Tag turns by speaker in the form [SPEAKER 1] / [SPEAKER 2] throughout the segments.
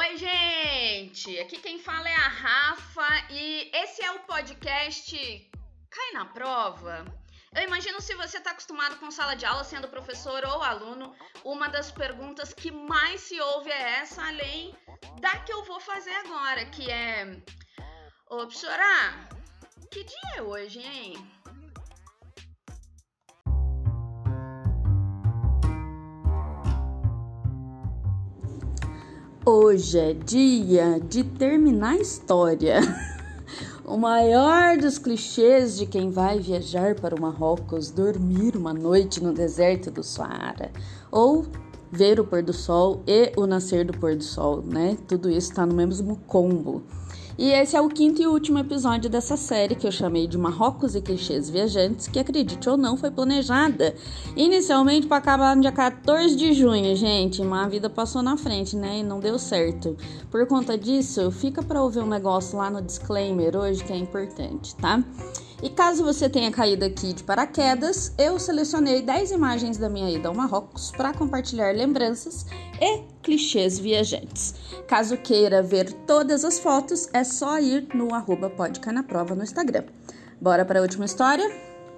[SPEAKER 1] Oi, gente! Aqui quem fala é a Rafa e esse é o podcast Cai na Prova. Eu imagino, se você está acostumado com sala de aula, sendo professor ou aluno, uma das perguntas que mais se ouve é essa, além da que eu vou fazer agora, que é: ô, professora, que dia é hoje, hein?
[SPEAKER 2] Hoje é dia de terminar a história. O maior dos clichês de quem vai viajar para o Marrocos, dormir uma noite no deserto do Saara, ou ver o pôr do sol e o nascer do pôr do sol, né? Tudo isso está no mesmo combo. E esse é o quinto e último episódio dessa série que eu chamei de Marrocos e Clichês Viajantes, que, acredite ou não, foi planejada inicialmente para acabar no dia 14 de junho, gente, mas a vida passou na frente, né, e não deu certo. Por conta disso, fica para ouvir um negócio lá no disclaimer hoje que é importante, tá? E caso você tenha caído aqui de paraquedas, eu selecionei 10 imagens da minha ida ao Marrocos para compartilhar lembranças e clichês viajantes. Caso queira ver todas as fotos, é só ir no @podcainaprova no Instagram. Bora para a última história?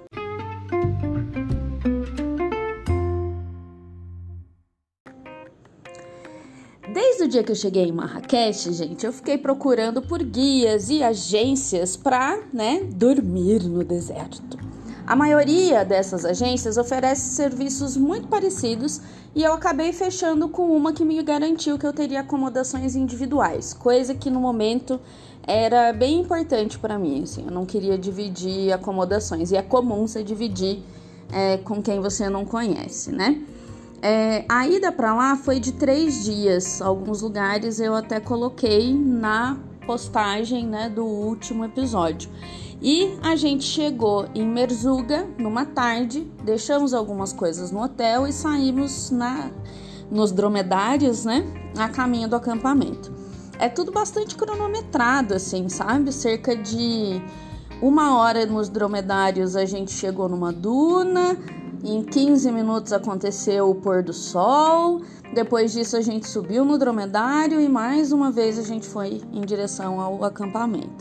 [SPEAKER 2] Desde o dia que eu cheguei em Marrakech, gente, eu fiquei procurando por guias e agências para, dormir no deserto. A maioria dessas agências oferece serviços muito parecidos e eu acabei fechando com uma que me garantiu que eu teria acomodações individuais, coisa que no momento era bem importante para mim, assim, eu não queria dividir acomodações, e é comum você dividir com quem você não conhece, né? A ida para lá foi de 3 dias. Alguns lugares eu até coloquei na postagem, do último episódio. E a gente chegou em Merzouga numa tarde, deixamos algumas coisas no hotel e saímos nos dromedários, a caminho do acampamento. É tudo bastante cronometrado, assim, sabe? Cerca de 1 hora nos dromedários a gente chegou numa duna. Em 15 minutos aconteceu o pôr do sol. Depois disso a gente subiu no dromedário e mais uma vez a gente foi em direção ao acampamento,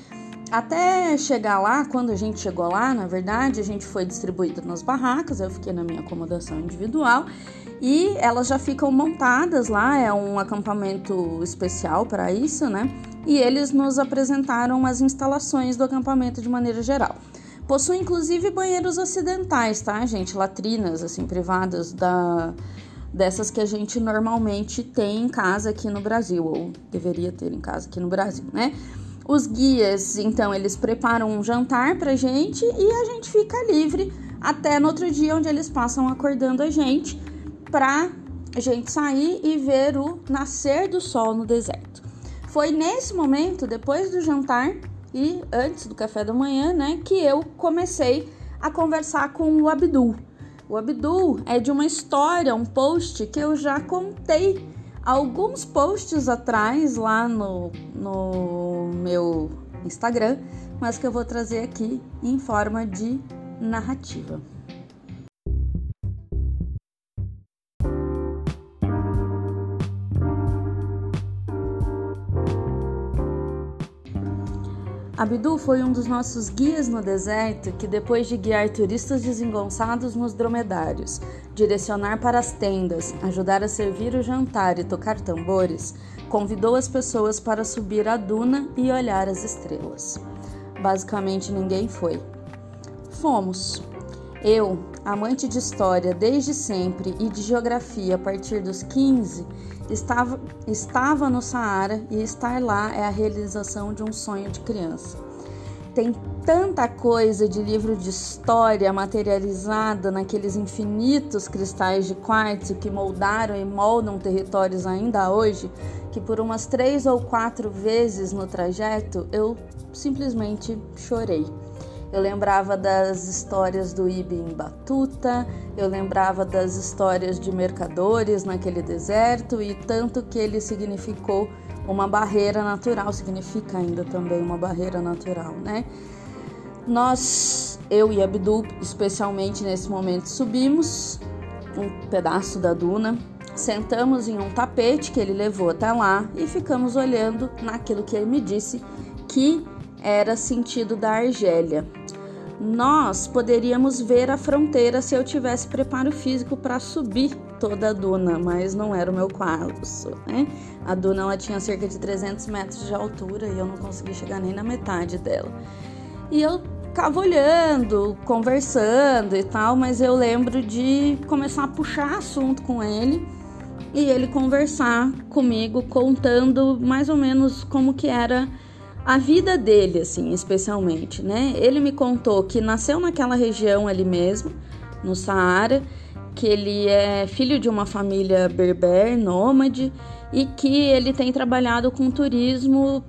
[SPEAKER 2] Até chegar lá, quando a gente chegou lá, na verdade, a gente foi distribuída nas barracas. Eu fiquei na minha acomodação individual e elas já ficam montadas lá. É um acampamento especial para isso, E eles nos apresentaram as instalações do acampamento de maneira geral. Possui inclusive banheiros ocidentais, tá, gente? Latrinas, assim, privadas dessas que a gente normalmente tem em casa aqui no Brasil, ou deveria ter em casa aqui no Brasil, Os guias, então, eles preparam um jantar pra gente e a gente fica livre até no outro dia, onde eles passam acordando a gente pra gente sair e ver o nascer do sol no deserto. Foi nesse momento, depois do jantar e antes do café da manhã, que eu comecei a conversar com o Abdul. O Abdul é de uma história, um post que eu já contei alguns posts atrás lá no meu Instagram, mas que eu vou trazer aqui em forma de narrativa. Abdul foi um dos nossos guias no deserto que, depois de guiar turistas desengonçados nos dromedários, direcionar para as tendas, ajudar a servir o jantar e tocar tambores, convidou as pessoas para subir a duna e olhar as estrelas. Basicamente ninguém foi. Fomos. Eu, amante de história desde sempre e de geografia a partir dos 15, estava no Saara, e estar lá é a realização de um sonho de criança. Tem tanta coisa de livro de história materializada naqueles infinitos cristais de quartzo que moldaram e moldam territórios ainda hoje, que por umas 3 ou 4 vezes no trajeto eu simplesmente chorei. Eu lembrava das histórias do Ibn Battuta, eu lembrava das histórias de mercadores naquele deserto e tanto que ele significou uma barreira natural, significa ainda também uma barreira natural, Nós, eu e Abdul, especialmente nesse momento, subimos um pedaço da duna, Sentamos em um tapete que ele levou até lá e ficamos olhando naquilo que ele me disse que era sentido da Argélia. Nós poderíamos ver a fronteira se eu tivesse preparo físico para subir toda a duna, mas não era o meu caso, né? A duna ela tinha cerca de 300 metros de altura e eu não consegui chegar nem na metade dela. E eu ficava olhando, conversando e tal, mas eu lembro de começar a puxar assunto com ele e ele conversar comigo, contando mais ou menos como que era a vida dele, assim, especialmente, né? Ele me contou que nasceu naquela região ali mesmo, no Saara, que ele é filho de uma família berber, nômade, e que ele tem trabalhado com turismo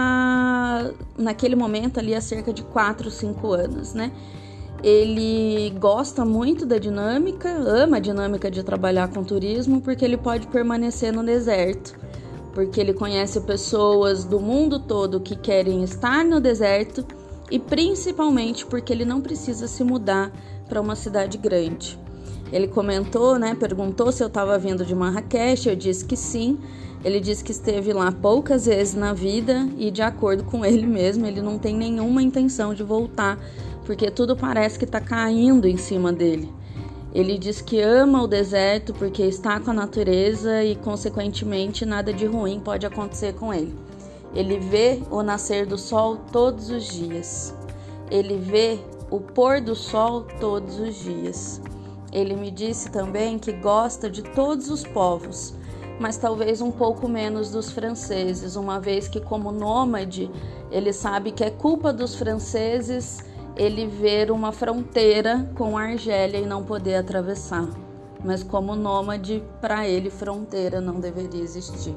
[SPEAKER 2] naquele momento ali há cerca de 4, 5 anos, né? Ele gosta muito da dinâmica, ama a dinâmica de trabalhar com turismo, porque ele pode permanecer no deserto, porque ele conhece pessoas do mundo todo que querem estar no deserto e principalmente porque ele não precisa se mudar para uma cidade grande. Ele comentou, né, perguntou se eu estava vindo de Marrakech, eu disse que sim. Ele disse que esteve lá poucas vezes na vida e, de acordo com ele mesmo, ele não tem nenhuma intenção de voltar, porque tudo parece que está caindo em cima dele. Ele diz que ama o deserto porque está com a natureza e, consequentemente, nada de ruim pode acontecer com ele. Ele vê o nascer do sol todos os dias. Ele vê o pôr do sol todos os dias. Ele me disse também que gosta de todos os povos, mas talvez um pouco menos dos franceses, uma vez que, como nômade, ele sabe que é culpa dos franceses ele ver uma fronteira com a Argélia e não poder atravessar. Mas como nômade, para ele fronteira não deveria existir.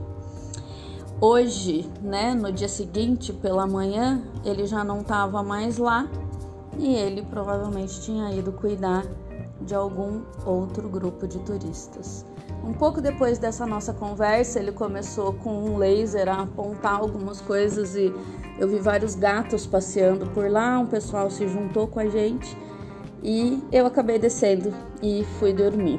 [SPEAKER 2] Hoje, né, no dia seguinte, pela manhã, ele já não estava mais lá e ele provavelmente tinha ido cuidar de algum outro grupo de turistas. Um pouco depois dessa nossa conversa, ele começou com um laser a apontar algumas coisas e eu vi vários gatos passeando por lá, um pessoal se juntou com a gente e eu acabei descendo e fui dormir.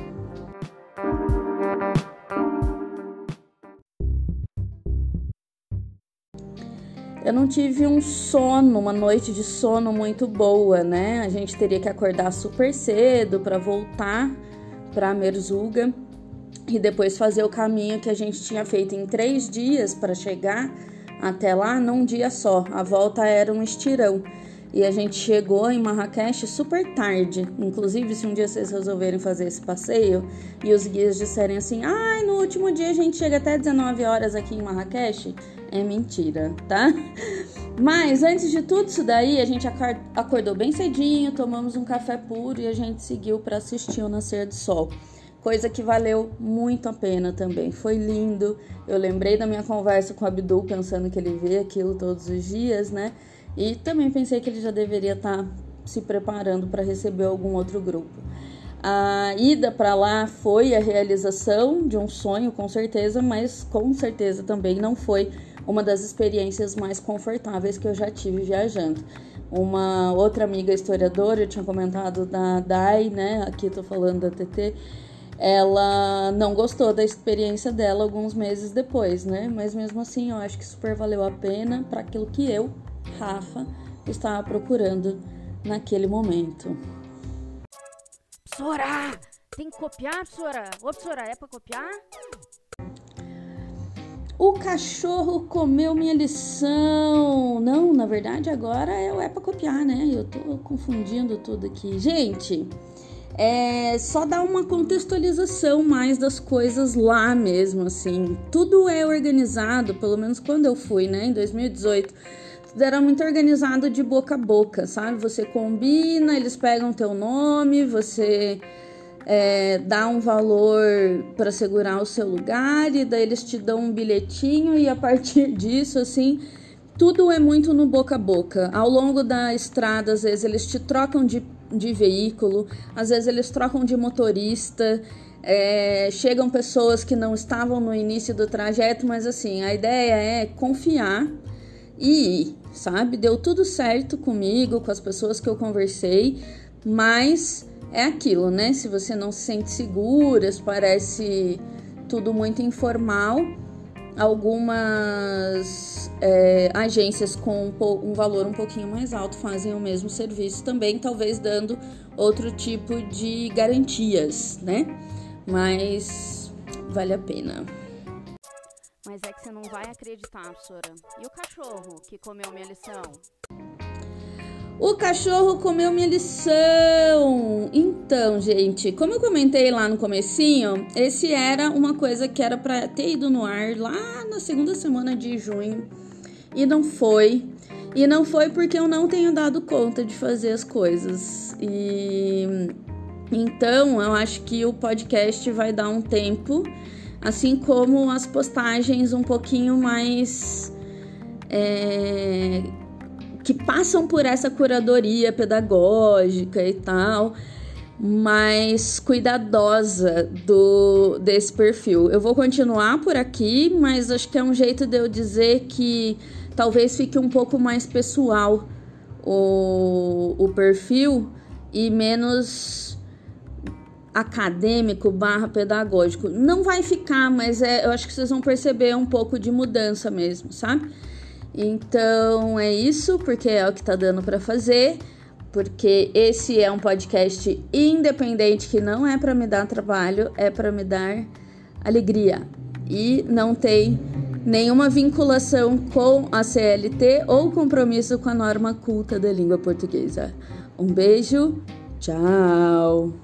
[SPEAKER 2] Eu não tive uma noite de sono muito boa, né? A gente teria que acordar super cedo para voltar para Merzouga e depois fazer o caminho que a gente tinha feito em 3 dias para chegar até lá num dia só. A volta era um estirão e a gente chegou em Marrakech super tarde. Inclusive, se um dia vocês resolverem fazer esse passeio e os guias disserem assim, no último dia a gente chega até 19 horas aqui em Marrakech, é mentira, tá? Mas antes de tudo isso daí, a gente acordou bem cedinho, tomamos um café puro e a gente seguiu para assistir o nascer do sol. Coisa que valeu muito a pena também. Foi lindo. Eu lembrei da minha conversa com o Abdul, pensando que ele vê aquilo todos os dias, né? E também pensei que ele já deveria estar se preparando para receber algum outro grupo. A ida para lá foi a realização de um sonho, com certeza, mas com certeza também não foi uma das experiências mais confortáveis que eu já tive viajando. Uma outra amiga historiadora, eu tinha comentado da Dai, né? Aqui tô falando da TT. Ela não gostou da experiência dela alguns meses depois, né? Mas mesmo assim, eu acho que super valeu a pena para aquilo que eu, Rafa, estava procurando naquele momento.
[SPEAKER 3] Psora! Tem que copiar, Psora? Ô, Psora, é pra copiar?
[SPEAKER 2] O cachorro comeu minha lição. Não, na verdade agora é pra copiar, né? Eu tô confundindo tudo aqui. Gente, só dar uma contextualização mais das coisas lá mesmo, assim. Tudo é organizado, pelo menos quando eu fui, né? Em 2018. Tudo era muito organizado de boca a boca, sabe? Você combina, eles pegam teu nome, você dá um valor para segurar o seu lugar e daí eles te dão um bilhetinho e a partir disso, assim, tudo é muito no boca a boca. Ao longo da estrada, às vezes eles te trocam de veículo, às vezes eles trocam de motorista, chegam pessoas que não estavam no início do trajeto, mas assim, a ideia é confiar e ir, sabe? Deu tudo certo comigo, com as pessoas que eu conversei, mas é aquilo, né? Se você não se sente segura, se parece tudo muito informal, algumas agências com um valor um pouquinho mais alto fazem o mesmo serviço também, talvez dando outro tipo de garantias, né? Mas vale a pena.
[SPEAKER 3] Mas é que você não vai acreditar, professora. E o cachorro que comeu minha lição?
[SPEAKER 2] O cachorro comeu minha lição. Então, gente, como eu comentei lá no comecinho, esse era uma coisa que era para ter ido no ar lá na segunda semana de junho e não foi. E não foi porque eu não tenho dado conta de fazer as coisas. Então, eu acho que o podcast vai dar um tempo, assim como as postagens um pouquinho mais que passam por essa curadoria pedagógica e tal, mais cuidadosa desse perfil. Eu vou continuar por aqui, mas acho que é um jeito de eu dizer que talvez fique um pouco mais pessoal o perfil e menos acadêmico / pedagógico. Não vai ficar, mas eu acho que vocês vão perceber um pouco de mudança mesmo, sabe? Então é isso, porque é o que tá dando para fazer, porque esse é um podcast independente que não é para me dar trabalho, é para me dar alegria e não tem nenhuma vinculação com a CLT ou compromisso com a norma culta da língua portuguesa. Um beijo, tchau!